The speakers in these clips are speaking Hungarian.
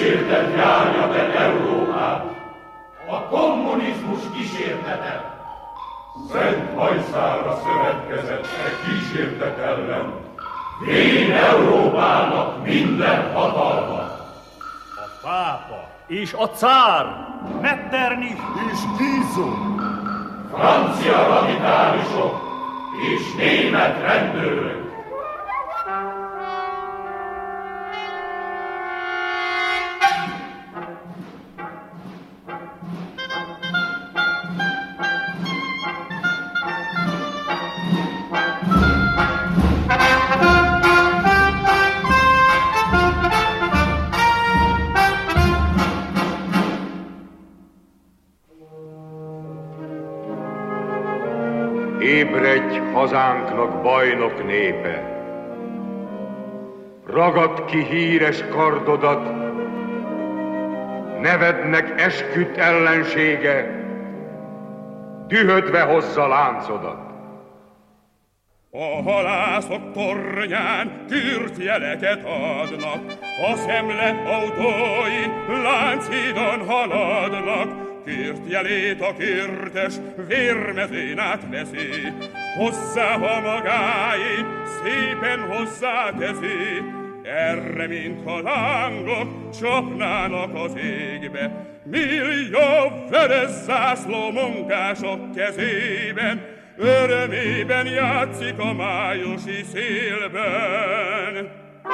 kísértet járja be Európát, a kommunizmus kísértete. Szent hajszára szövetkezett kísértet ellen, vén Európának minden hatalma. A pápa és a cár, Metternich és Guizot, francia radikálisok és német rendőrök. Ébredj, hazánknak bajnok népe! Ragadd ki híres kardodat, nevednek esküdt ellensége, dühödve hozza láncodat. A halászok tornyán kürt jeleket adnak, a szemle autói Lánchídon haladnak, kürt jelét a kürtös vérmezőn átveszi, hozzá a magáit szépen hozzáteszi. Erre, mintha lángok csapnának az égbe, millió vörös zászló munkások kezében, örömében játszik a májusi szélben.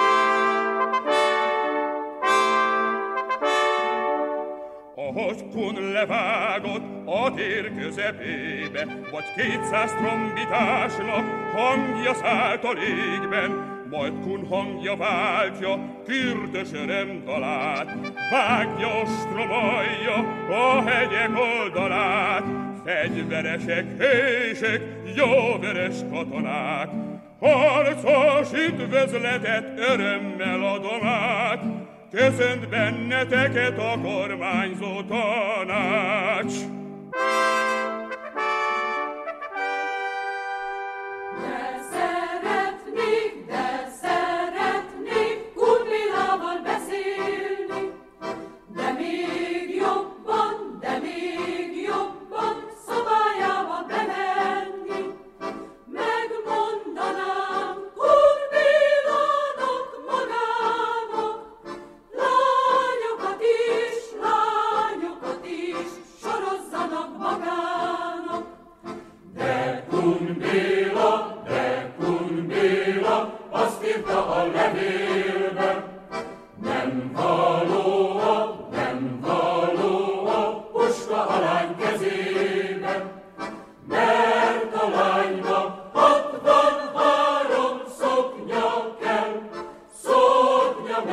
Ahogy Kun levágott a tér közepébe, vagy 200 trombitásnak hangja szállt a légben, majd Kun hangja váltja kürtös örömdalát, vágja, ostromolja a hegyek oldalát, fegyveresek, hősök, jó vörös katonák, harcos üdvözletet örömmel adom át, köszönt benneteket a kormányzó tanács. De szeretnék Kun Bélával beszélni, de még jobban szobájába bemenni. Megmondanám Kun Bélának magának, lányokat is sorozzanak magának. De Kun Béla, azt írta a levélben, nem való a puska a lány kezében, mert a lánynak 63 szoknya kell, szoknya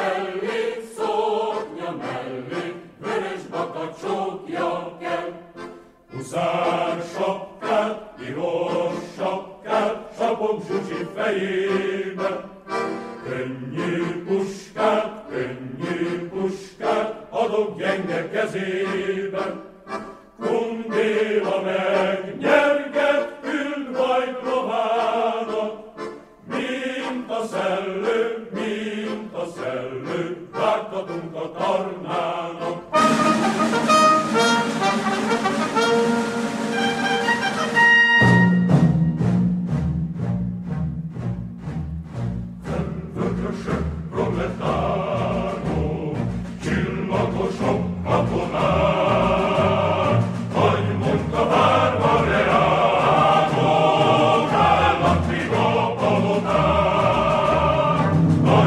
mellé, vörös bakacsókja kell. Huszár sapkát, piros sapkát, sapom Zsuzsi fejébe. Könnyű puskát adok gyenge kezébe. Kun Béla megnyerget üldvajt lovának, mint a szellő, vágtatunk a tarnának. Vödrösök, proletárok, csillagosok, katonák, nagy munkavárva leállok, állnak még a paloták.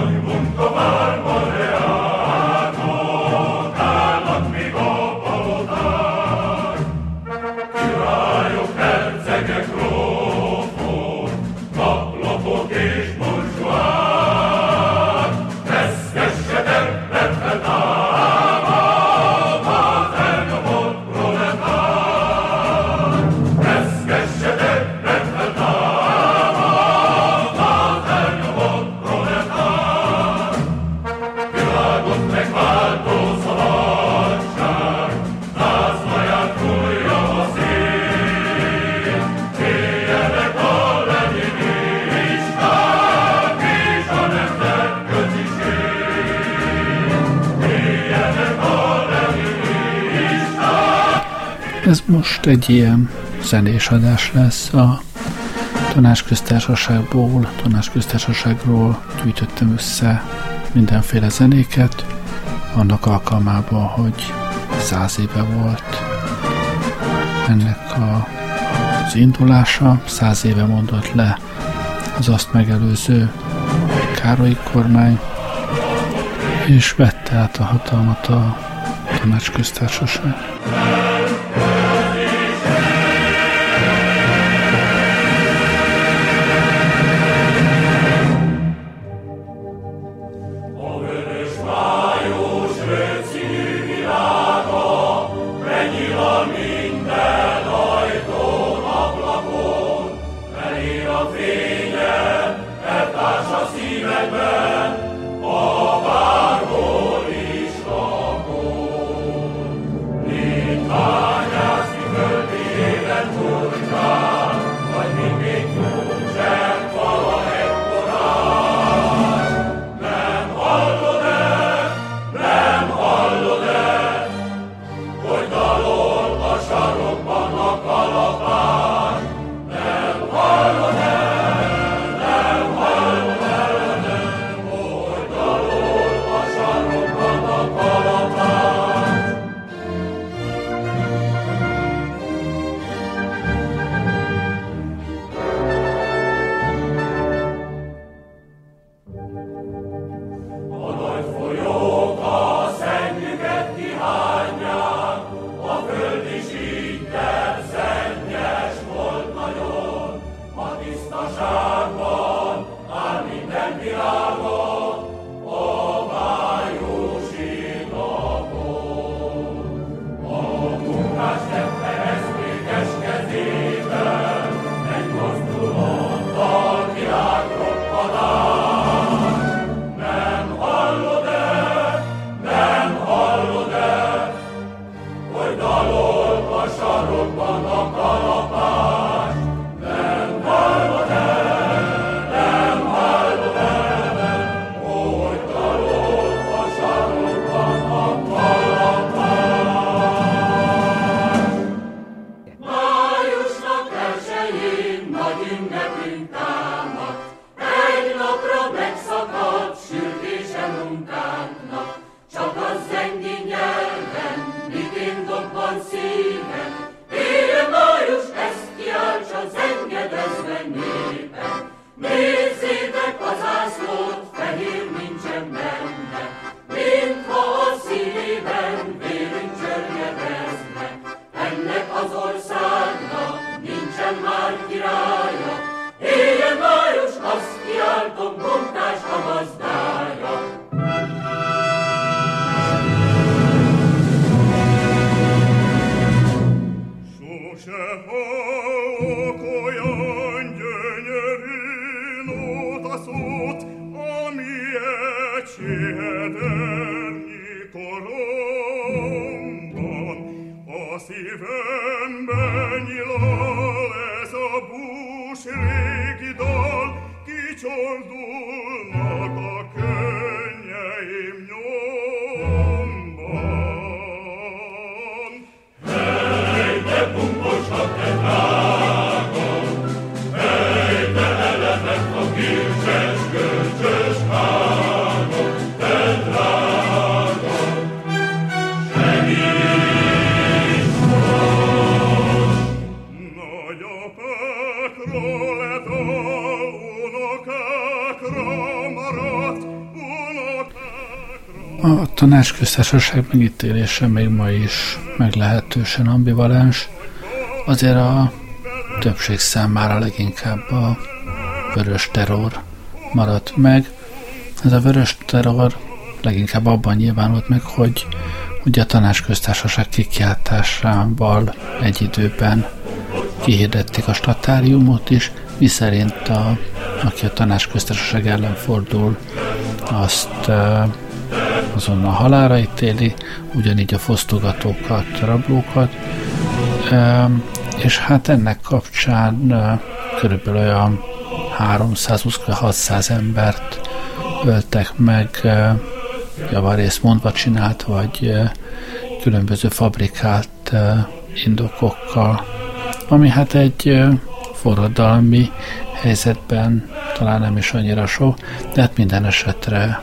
Ez most egy ilyen zenés adás lesz. A Tanácsköztársaságról gyűjtöttem össze mindenféle zenéket, annak alkalmában, hogy 100 éve volt ennek az indulása, 100 éve mondott le az azt megelőző Károlyi kormány, és vette át a hatalmat a Tanácsköztársaság. A Tanácsköztársaság megítélése még ma is meglehetősen ambivalens, azért a többség számára leginkább a vörös terror maradt meg. Ez a vörös terror leginkább abban nyilvánult meg, hogy a Tanácsköztársaság kikiáltásával egy időben kihirdették a statáriumot is, miszerint aki a Tanácsköztársaság ellen fordul, azt azonnal halálra ítéli, ugyanígy a fosztogatókat, rablókat, és hát ennek kapcsán körülbelül olyan 320-600 embert öltek meg, javarészt mondva csinált, vagy különböző fabrikált indokokkal, ami hát egy forradalmi helyzetben talán nem is annyira sok, de hát minden esetre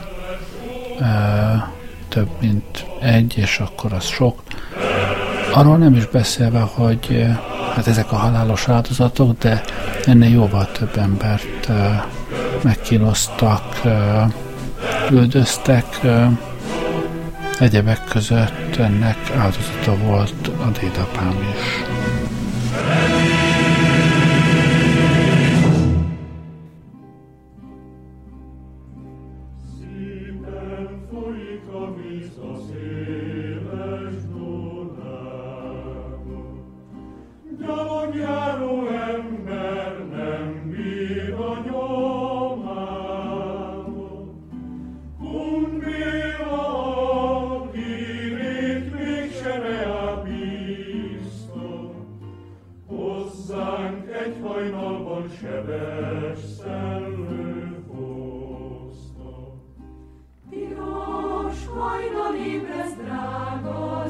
több mint egy, és akkor az sok. Arról nem is beszélve, hogy hát ezek a halálos áldozatok, de ennél jóval több embert megkínoztak, üldöztek. Egyebek között ennek áldozata volt a dédapám is. Piros hajnal ébredsz, drága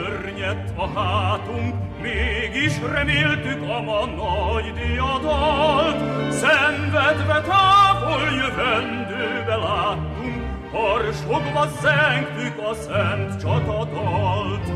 Környett a hátunk, mégis reméltük a ma nagy diadalt. Szenvedve távol jövendőbe láttunk, harsogva zengtük a szent csatadalt.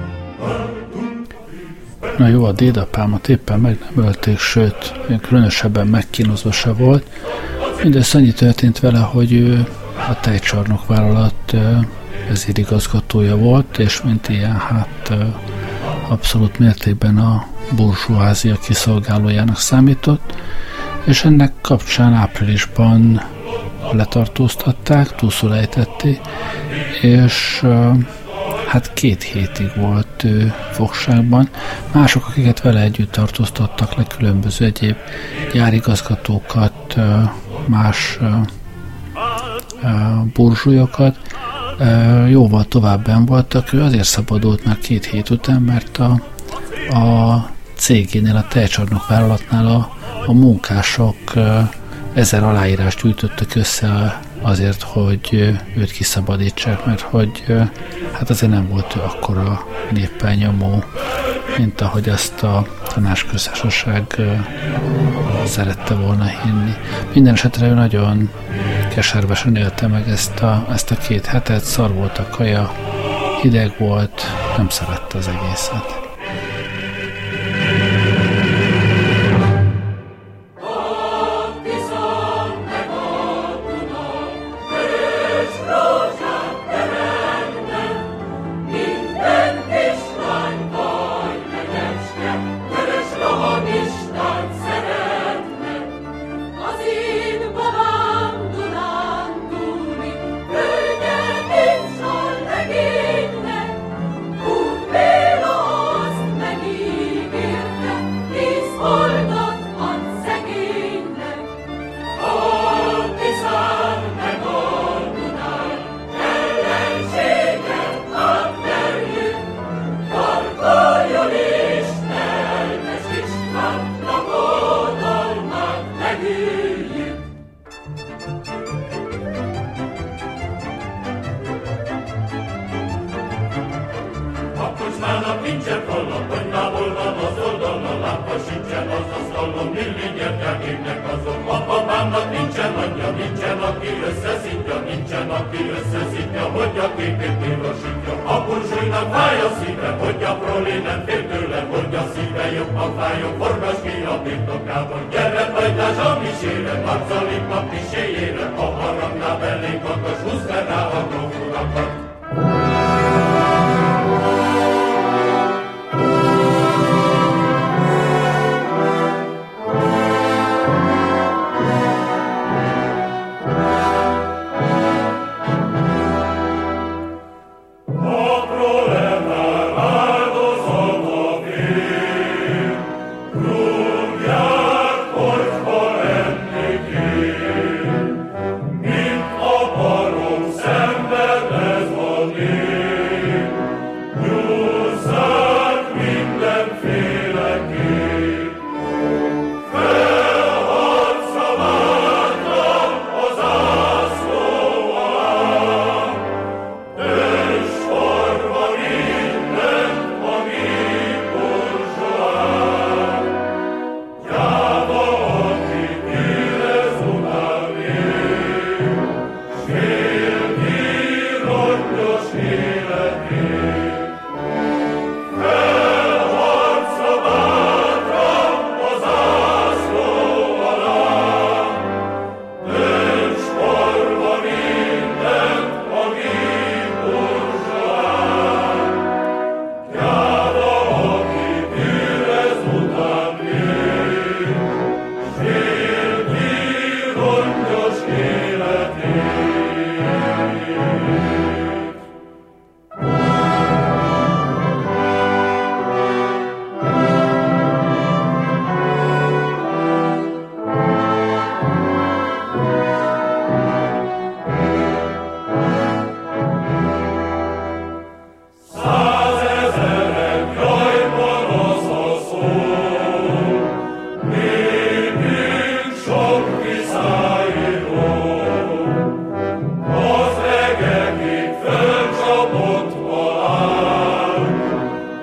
Na jó, a dédapámat éppen meg nem ölték, sőt, különösebben megkínozva se volt. Mindössze annyi történt vele, hogy ő a tejcsarnok vállalat vezérigazgatója volt, és mint ilyen, hát abszolút mértékben a burzsóázia kiszolgálójának számított, és ennek kapcsán áprilisban letartóztatták, túlszul ejtették, és hát 2 hétig volt fogságban. Mások, akiket vele együtt tartóztattak le, különböző egyéb gyárigazgatókat, más burzsúlyokat, jóval továbben voltak. Ő azért szabadult már 2 hét után, mert a cégénél, a tejcsarnok vállalatnál a munkások 1000 aláírást gyűjtöttek össze azért, hogy őt kiszabadítsák, mert hogy hát azért nem volt ő akkora néppel nyomó, mint ahogy azt a tanácsköztársaság szerette volna hinni. Minden esetre ő nagyon keservesen élte meg ezt a 2 hetet, szar volt a kaja, hideg volt, nem szerette az egészet. Rúgják, hogy ha enni kér.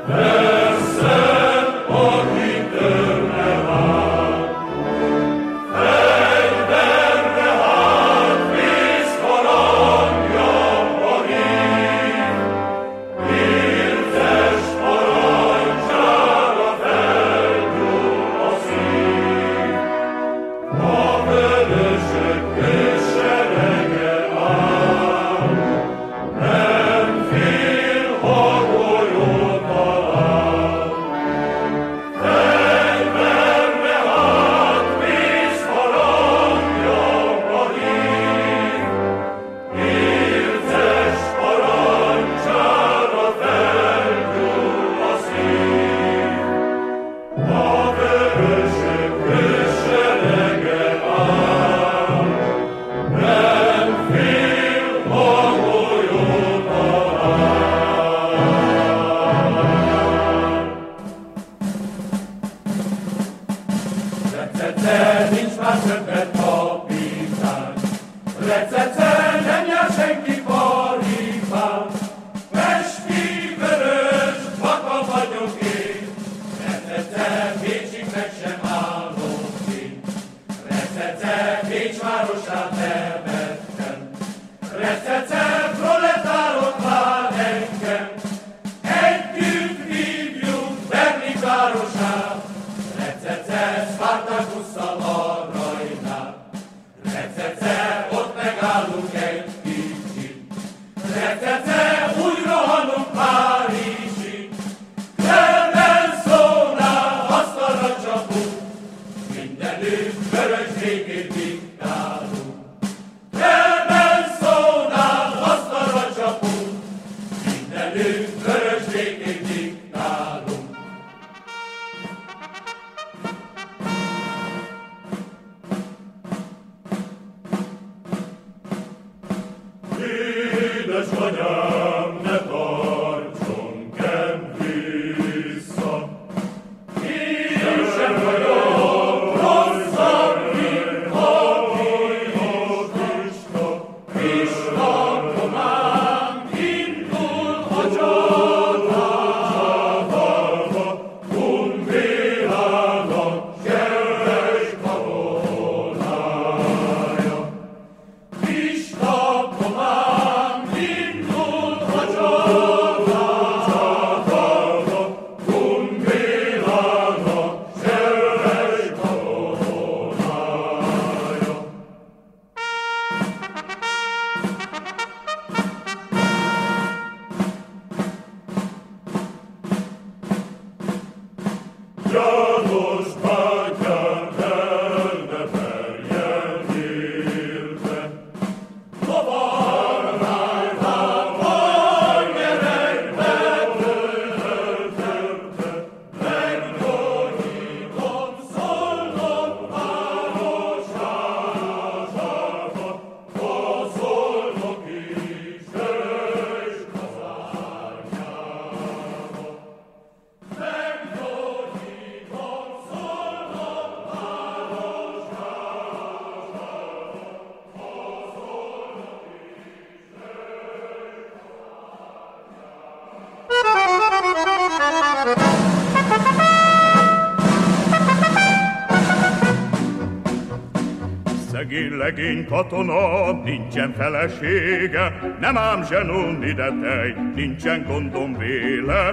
Szegény legény katona, nincsen felesége, nem ám zsenón ide tej, nincsen gondom véle,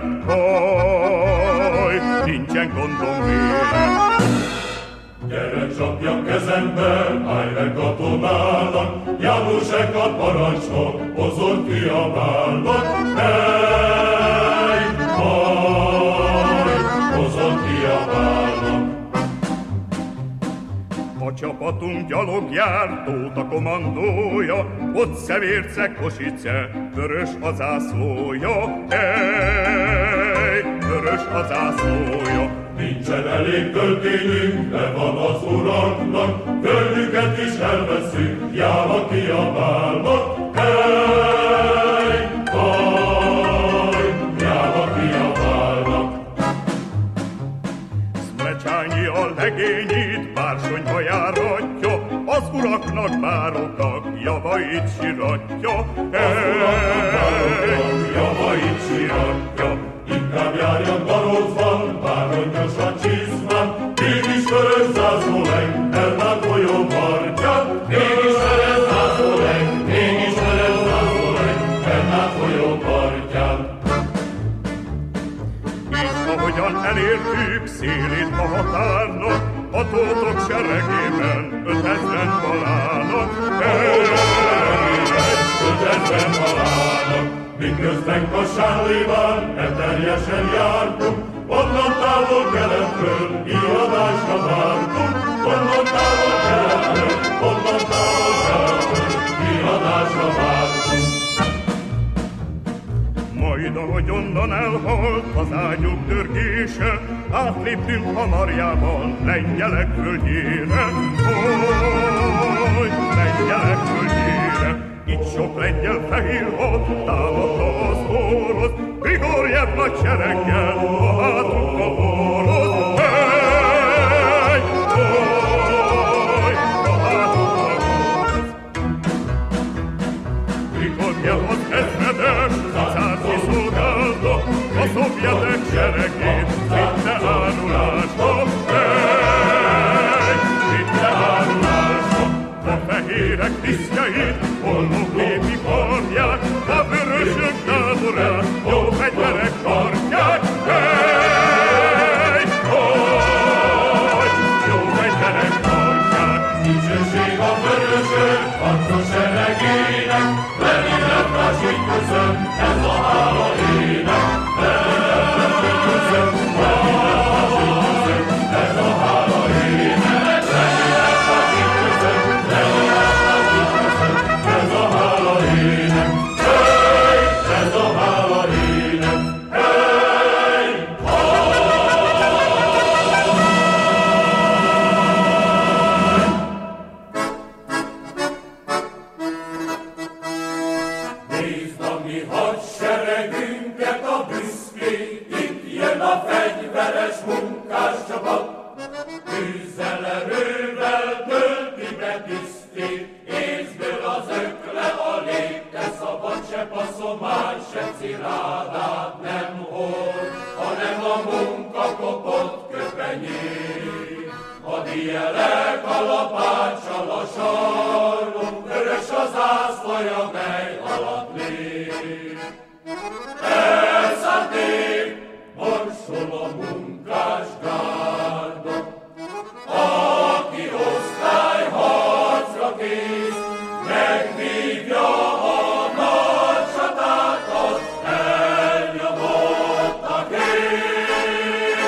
haj, nincsen gondom véle. Gyere, csapjam kezembe, állj le katonának, Jánosekat parancsnok, hozott kiabálnak. Hely, haj, hozott kiabálnak. A csapatunk gyalog jár, Tóth a kommandója, ott Szevérce, Kosice, vörös a zászlója. Hely, vörös a zászlója. Nincsen elég töltényünk, de van az uraknak, földüket is elveszünk, jáva kiabálnak. Hely, haj, jáva kiabálnak. Szmlecsányi a legényit, bársonyba járatja, az uraknak bároknak javait siratja. Az uraknak bároknak javait siratja. inkább járjon barocban, báronyos a csizmán, mégis vörös zászlóleng, Erdán folyó partján, mégis vörös zászlóleng, mégis vörös zászlóleng, Erdán folyó partján. És ahogyan elértük szélét a határnak, a tótok seregében 5000 találnak. 5000 találnak, miközben Kassánléván eterjesen jártunk, onnan távol keletről híradásra vártunk, onnan távol keletről, onnan távol keletről híradásra vártunk. Majd ahogy onnan elhalt az ágyuk dörgése, átléptünk Hamarjában lengyelek földjére. Oly, lengyelek földjére, itt sok lengyel fehérhad támadta az orosz, Grigorjev nagy sereggel a hátunkra orosz. Hey, oly, a hátunkra orosz. Grigorjev az ezredes, cár kiszolgálta a szovjetek seregét, vitte árulásba. Hey, vitte árulásba. A fehérek tisztjeit, hollóképi karják, a vörösök táborát, jó fegyverek tartják. Hey, oly, jó fegyverek tartják. Dicsőség a vörösök harcos seregének, Leningrad másik közön, ez a hála ének. Leningrad másik közön, Leningrad másik közön, ez a hála ének. Leningrad másik közön, Leningrad másik közön, ez a hála ének. Hey, ez a hála ének. Hey, nézd a mi hadseregünket a büszkén, itt jön a fegyveres munkáscsapat. Tűzzelerővel tölti be tisztét, észből az ökle a lépte, szabad se passzomány, se cirádát nem hord, hanem a munka kopott köpenyét. A dielek a lapáccsal a sarlon, vörös az zászlaja, mely alatt lép. Elszállt nép, marsol a munkás gárda, aki osztály harcra kész, megvívja a nagy csatát, az elnyomottak ég.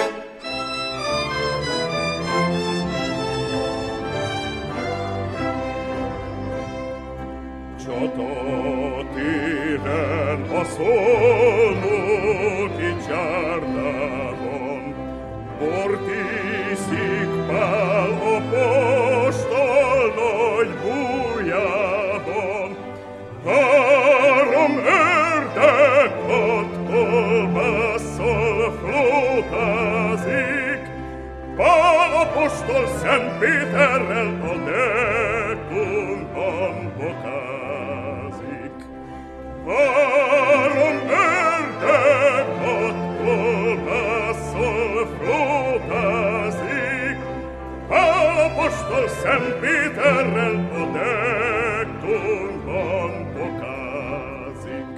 Csatatéren a szolnoki csárdában, bort iszik Pál a postal nagy bújában. 3 ördög 6 kolbásszal flótázik, Pál apostol Szent Péterrel a dekkunban bokázik. 3 ördög 6 kolbásszal flótázik, Pál apostol Szent Péterrel a dekkunban bokázik.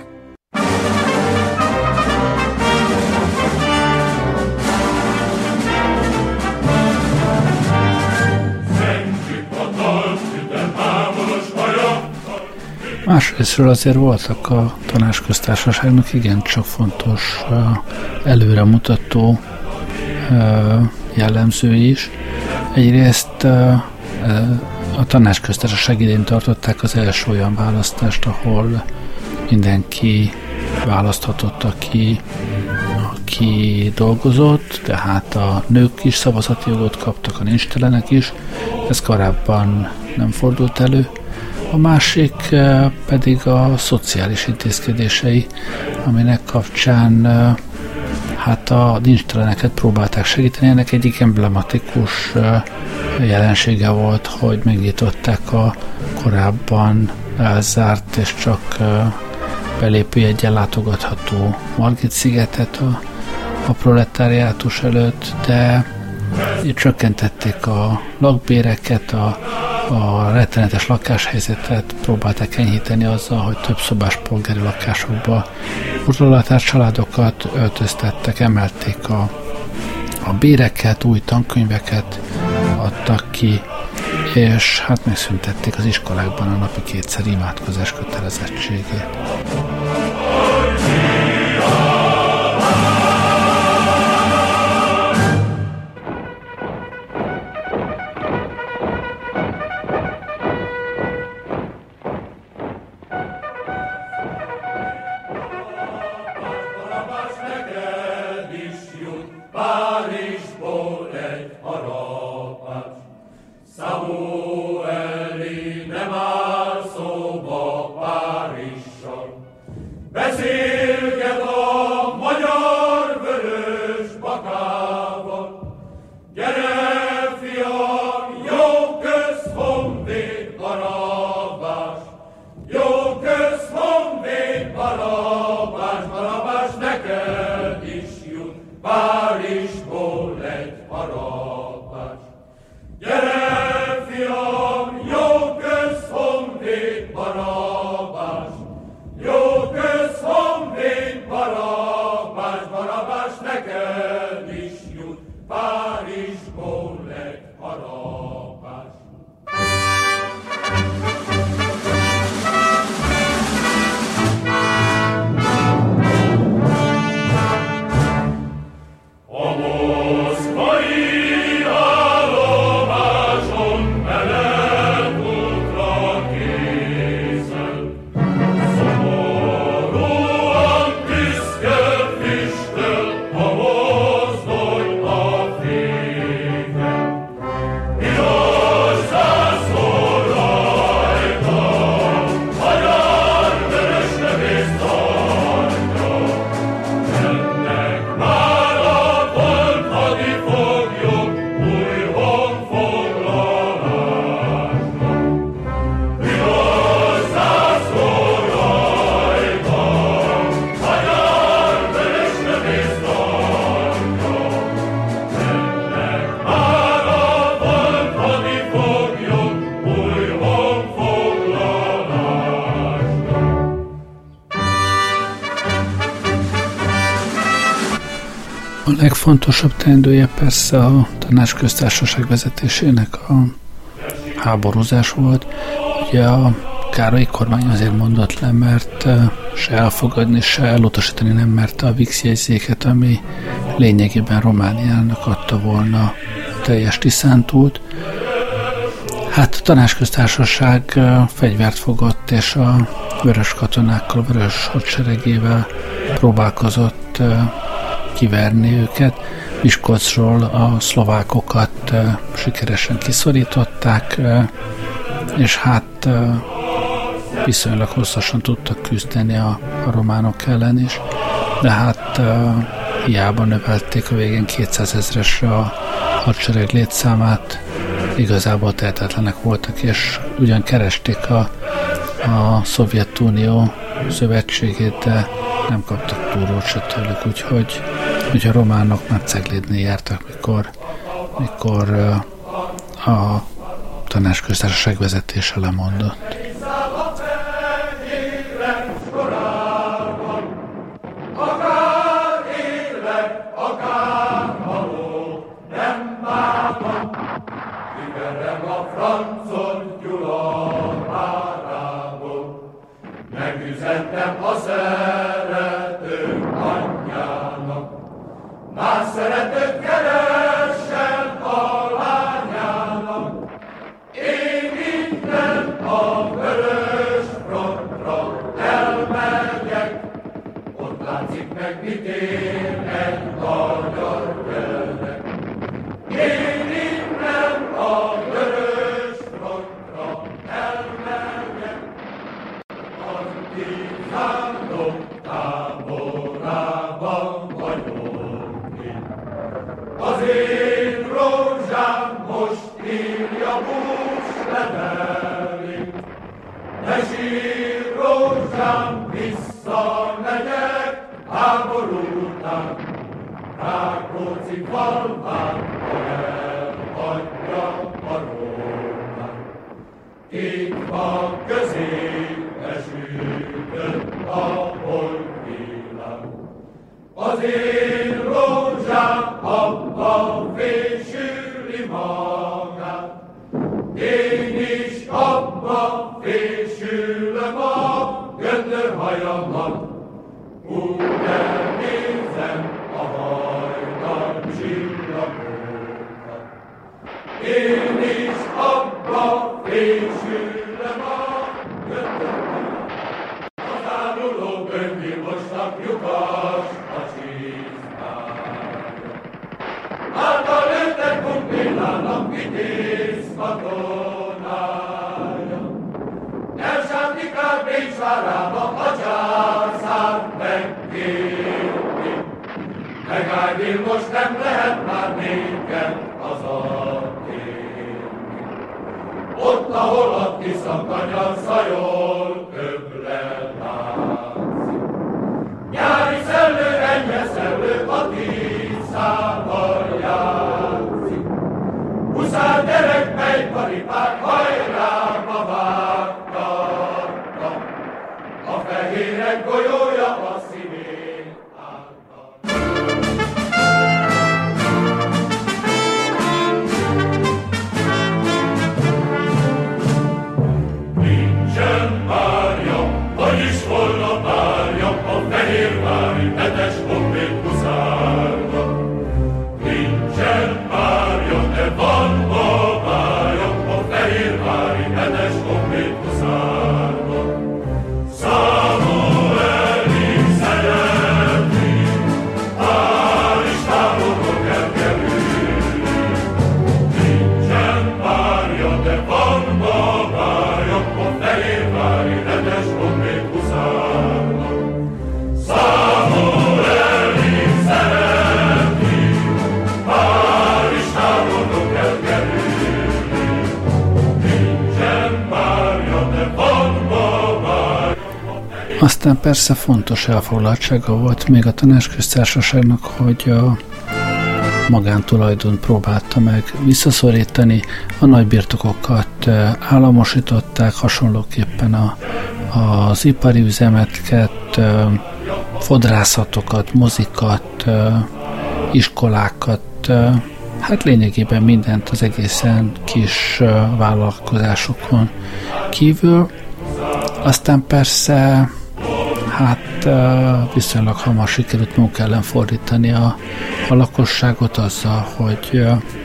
Másrésztről azért voltak a Tanácsköztársaságnak igencsak fontos előremutató jellemzői is. Egyrészt a Tanácsköztársaság idején tartották az első olyan választást, ahol mindenki választhatott, aki dolgozott, tehát a nők is szavazati jogot kaptak, a nincstelenek is. Ez korábban nem fordult elő. A másik pedig a szociális intézkedései, aminek kapcsán hát a nincsteleneket próbálták segíteni. Ennek egyik emblematikus jelensége volt, hogy megnyitották a korábban elzárt és csak belépőjeggyel látogatható Margit-szigetet a proletáriátus előtt, de csökkentették a lakbéreket, a rettenetes lakáshelyzetet próbálták enyhíteni azzal, hogy több szobás polgári lakásokba proletár családokat öltöztettek, emelték a béreket, új tankönyveket adtak ki, és hát megszüntették az iskolákban a napi 2-szer imádkozás kötelezettségét. Beszélget a magyar vörös bakával. Gyere, fiam, jó közhonvéd Barabás, jó közhonvéd Barabás, Barabás, neked is jut Párizsból egy harapás. Gyere, fiam, jó közhonvéd Barabás, jó közhonvéd Barabás, Barabás, neked is jut Párizsból egy harapás. A moszkvai állomáson menetútra készen, szomorúan piszkel füstöl a mozdony a féken. Piros zászló rajta, magyar vörös lövész tartja, ennek már a volt hadifoglyok új honfoglalásra. Piros zászló rajta, magyar vörös lövész tartja, ennek már a volt hadifoglyok új honfoglalásra. A legfontosabb teendője persze a Tanácsköztársaság vezetésének a háborúzás volt. Ugye a Károlyi kormány azért mondott le, mert se elfogadni, se elutasítani nem merte a Vix jegyzéket, ami lényegében Romániának adta volna a teljes Tiszántúlt. Hát a Tanácsköztársaság fegyvert fogott, és a vörös katonákkal, a vörös hadseregével próbálkozott kiverni őket. Miskolcról a szlovákokat sikeresen kiszorították, és hát viszonylag hosszasan tudtak küzdeni a románok ellen is, de hát hiába növelték a végén 200 000-esre a hadsereg létszámát, igazából tehetetlenek voltak, és ugyan keresték a Szovjetunió szövetségét, de nem kaptak túrót se tőlük, úgyhogy a románok már Ceglédnél jártak, mikor a Tanácsköztársaság vezetése lemondott. Megüzentem a szeretők anyjának, más szeretőt keressen a lányának. Én innen a vörös frontra elmegyek, ott látszik meg, mit ér egy magyar gyerek. Én innen a vörös frontra elmegyek, Antizánok táborában vagyok én. Az én rózsám most írja búcslevelét. Ne sír rózsám, visszamegyek háború után. Rákóczi falván, elhagyja a Rómát. Két fa közé esődött a holdvillag. Az én rózsám abba fésüli magát, én is abba fésülöm a göndörhajamat. Úgy elnézem a hajnal csillagokat. Én is abba fésülöm a göndörhajamat. Az áruló bőngyilkosnak lyukas a csizmája. Általőttek kumpillának vitéz katonája. Elsántikál Bécsvárába a császárt megkérni. Megállni most nem lehet már nékem hazatérni. Ott, ahol a Tisza-kanyar szajol, többre látszik. Nyári szellő, enyhe szellő a Tiszával játszik. Huszár gyerek, mely paripák hajrába vágtattak. A fehérek golyója a szívén álltak. Nincsen párja, hogy is volna párja a fehérvári hetes honvéd huszárnak. Nincsen párja, de van babája a fehérvári hetes honvéd huszárnak. Számueli szeretni, hál' is távolról kell kerülni. Nincsen párja, de van babája a fehérvári hetes honvéd huszárnak. Számueli szeretni, hál' is távolról kell kerülni. Nincsen párja, de van babája. Aztán persze fontos elfoglaltsága volt még a Tanácsköztársaságnak, hogy a magántulajdont próbálta meg visszaszorítani, a nagybirtokokat államosították, hasonlóképpen az ipari üzemeket, fodrászatokat, mozikat, iskolákat, hát lényegében mindent az egészen kis vállalkozásokon kívül. Aztán persze hát viszonylag hamar sikerült maguk ellen fordítani a lakosságot azzal, hogy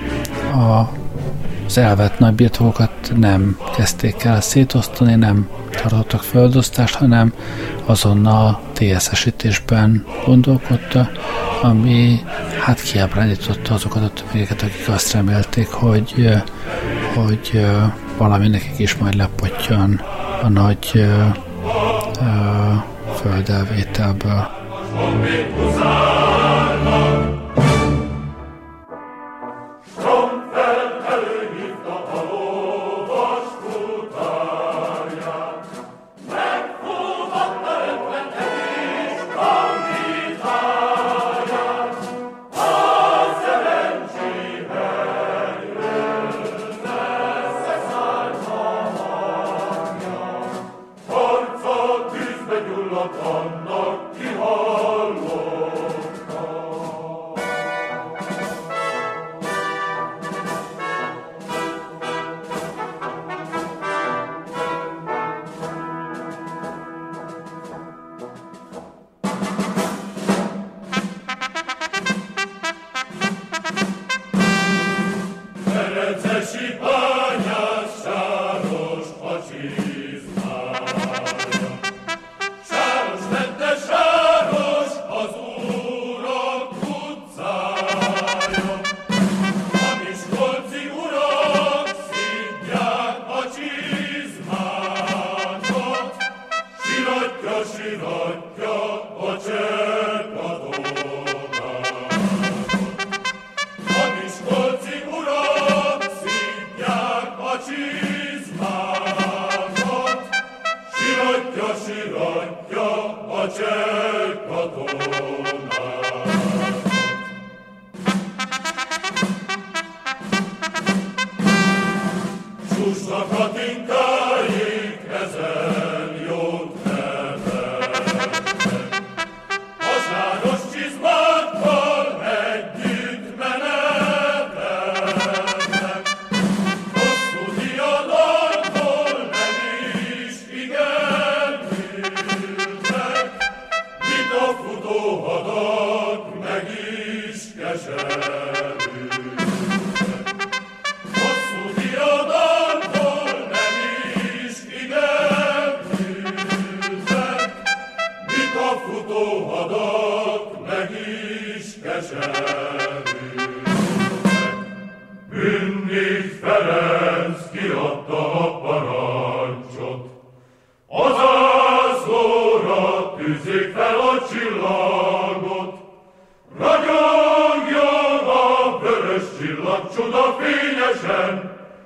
az elvett nagybirtokokat nem kezdték el szétosztani, nem tartottak földosztást, hanem azonnal TSZ-esítésben gondolkodta, ami hát kiábrándította azokat a tömegeket, akik azt remélték, hogy valami nekik is majd lepottyan a nagy földelvételből. Annak kihallott Hosszú diadalból nem is idegűzek, mit a futóhadak meg is keserűzek. Mindig Ferenc kiadta a parancsot, az ászlóra tűzzék fel a csillagot, ragyogjon a vörös csillag csodafényesen,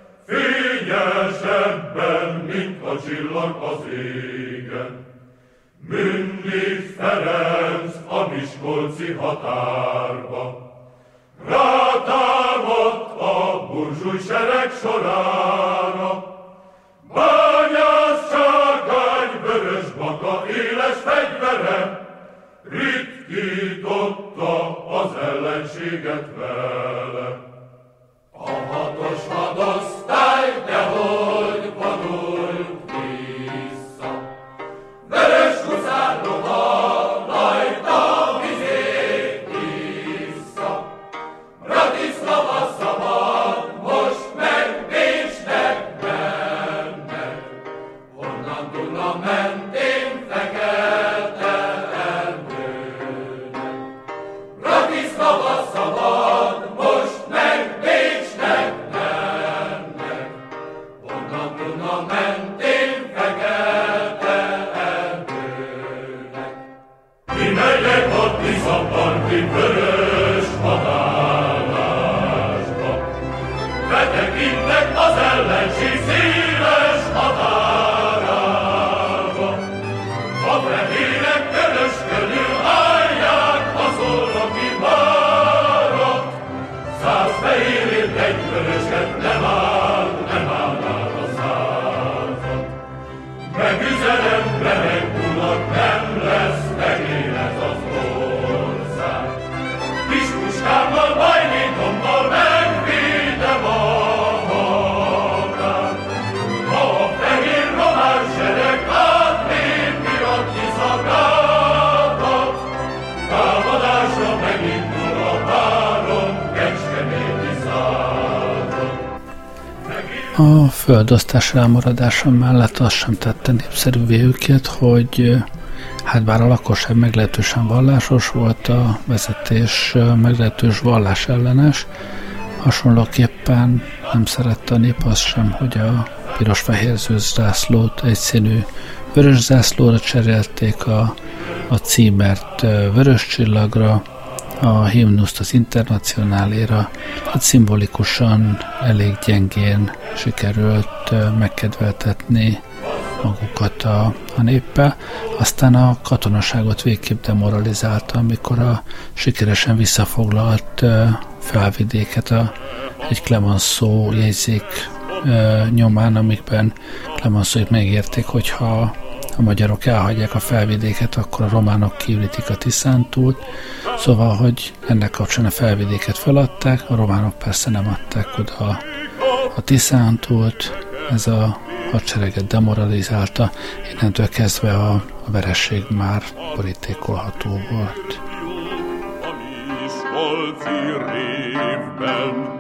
fényesebben, mint a csillag az égen. Mindig Ferenc a miskolci határba, rátámadt a burzsúj sereg sorára, bányász csákány vörös baka éles fegyvere, ritkította az ellenséget vele. A hatos hadosztály dehogy vonult vissza, vörös huszár lovag rajta vizét vissza. Bratislava szabad, most meg Bécsnek mennek, onnan Duna mentén fekete erdőnek. Bratislava szabad, most meg Bécsnek mennek, onnan Duna mentén fekete erdőnek. Mi megyek a Tisza-parti vörös hadállásba, betekintek az ellenség széles határába. A fehérek körösködül állják a szolnoki várat, 100 fehérért egy vöröset nem áll át a 100-at. Megüzenem, remegulnak, nem lesz fehér ez az ország. Kis puskámmal, bajnétommal megvédem a határ. Ha a fehér román sereg átlépi a Tisza-gátat, támadásra megindul a 3 kecskeméti század. A földosztás elmaradása mellett azt sem tette népszerűvé őket, hogy hát bár a lakosság meglehetősen vallásos volt, a vezetés meglehetős vallásellenes, hasonlóképpen nem szerette a nép azt sem, hogy a piros-fehér zászlót egyszínű vörös zászlóra cserélték, a címert vörös csillagra, a himnuszt az internacionáléra, hát szimbolikusan elég gyengén sikerült megkedveltetni magukat a néppel. Aztán a katonaságot végképp demoralizálta, amikor a sikeresen visszafoglalt felvidéket egy Clemenceau jegyzék nyomán, amikben Clemenceauik megérték, hogyha a magyarok elhagyják a felvidéket, akkor a románok kiürítik a Tiszántúlt. Szóval, hogy ennek kapcsán a felvidéket feladták, a románok persze nem adták oda a Tiszántúlt, ez a hadsereget demoralizálta, innentől kezdve a vereség már borítékolható volt. A miskolci révben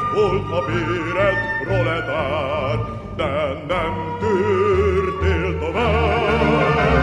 volt a véred, proletár, de nem törtél tovább.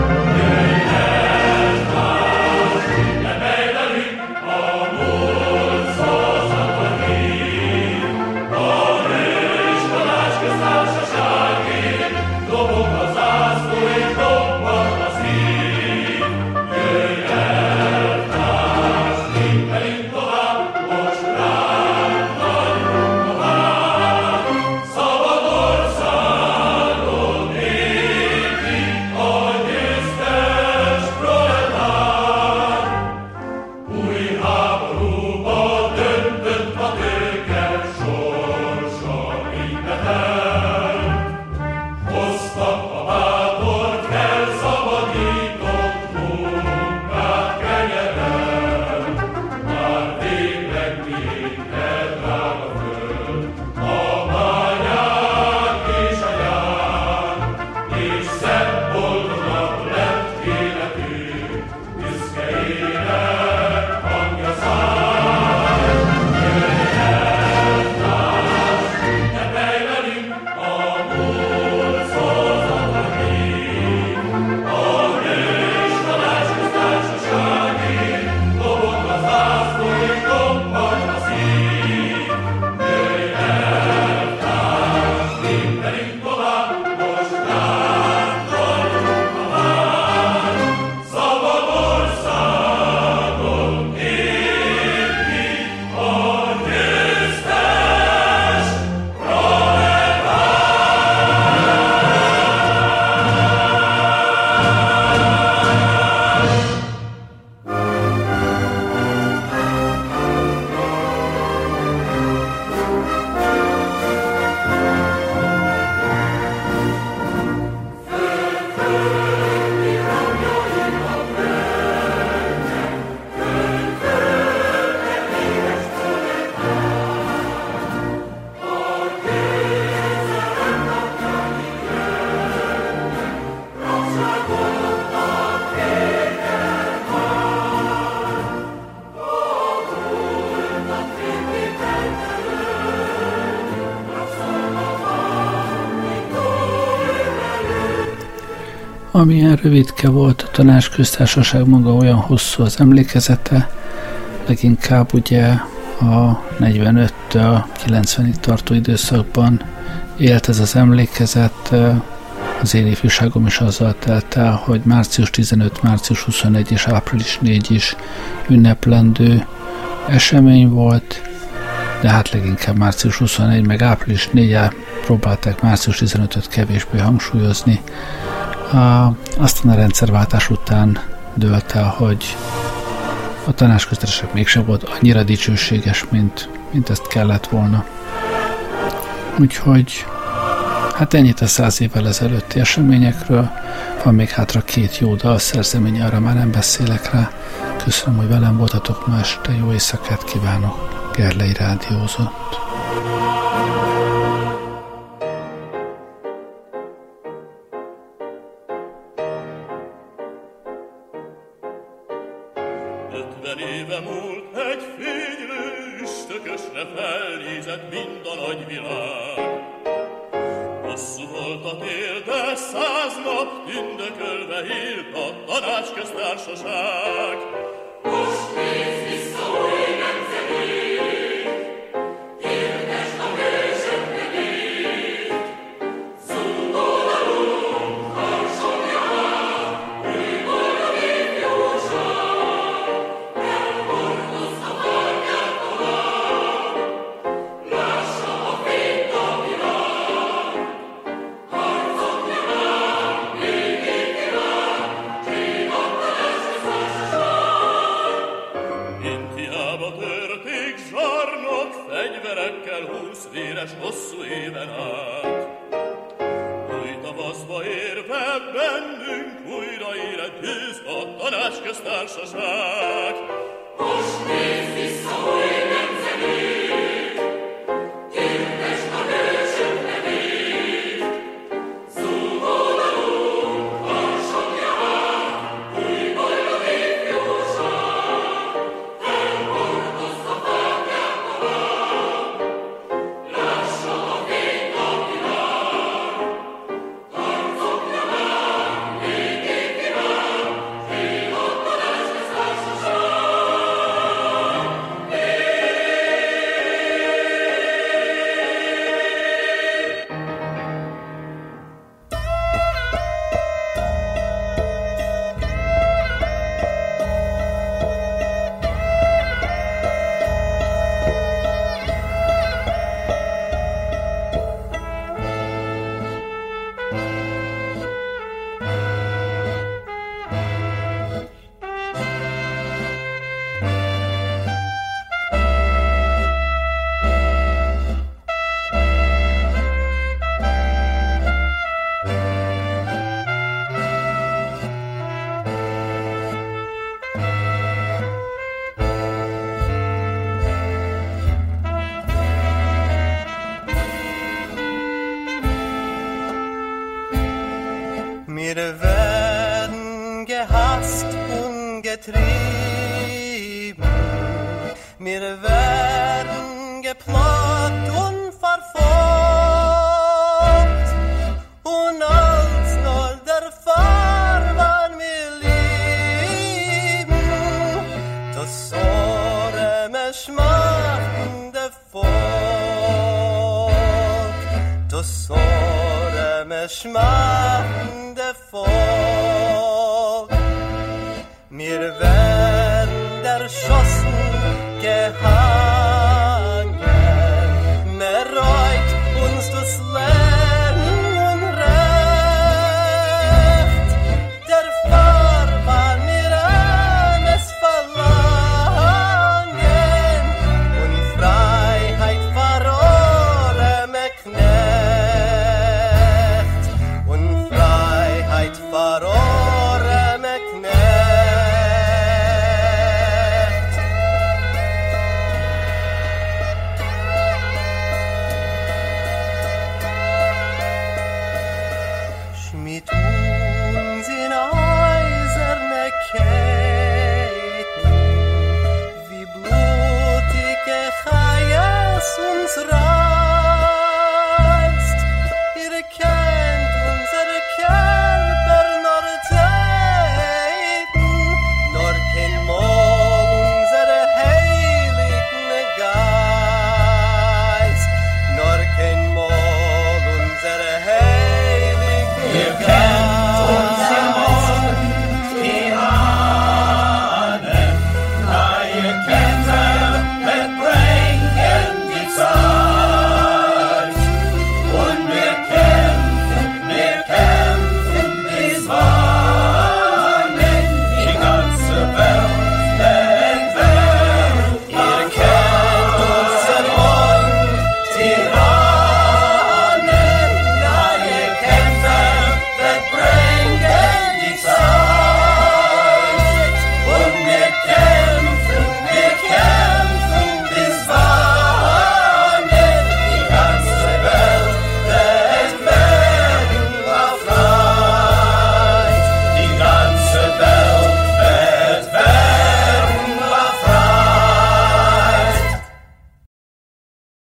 Amilyen rövidke volt a Tanácsköztársaság maga, olyan hosszú az emlékezete, leginkább ugye a 45-től 90-ig tartó időszakban élt ez az emlékezet. Az én ifjúságom is azzal telt el, hogy március 15, március 21 és április 4 is ünneplendő esemény volt, de hát leginkább március 21 meg április 4-el próbálták március 15-öt kevésbé hangsúlyozni. Aztán a rendszerváltás után dőlt el, hogy a Tanácsköztársaság mégsem volt annyira dicsőséges, mint ezt kellett volna. Úgyhogy hát ennyit a 100 évvel ezelőtti eseményekről. Van még hátra 2 jó dalszerzemény, arra már nem beszélek rá. Köszönöm, hogy velem voltatok ma este, jó éjszakát kívánok. Gerlei rádiózott. Éve múlt egy fénylő, üstökösre felnézett mind a nagy világ. Hosszú volt a tél, de 100 nap tündökölve élt a Tanácsköztársaság. Most nézz vissza új nemzedék, hirdesd a hősöknek írt. Szundódalunk, harsogja már, új boldog ifjúság. Elhordozz a bárnyát tovább, lássa a fényt a világ. Harcokja már, még évvilág, csilladt a Tanácsköztársaság. Mint hiába törték zsarnok, fegyverekkel 20 véres hosszú éven át. Új tavaszba érve bennünk újra élet tűz a Tanácsköztársaság. Most nézz vissza új nemzedék, hirdesd a hősök nevét. Zúgódalunk, harsogja már, új boldog ifjúság. Elhordozz a fákját tovább, Wir werden gehasst und getrieben, wir werden geplagt und verfolgt, und als nur der Farben wir lieben, das såre med smertende folk, das såre med smertende folk.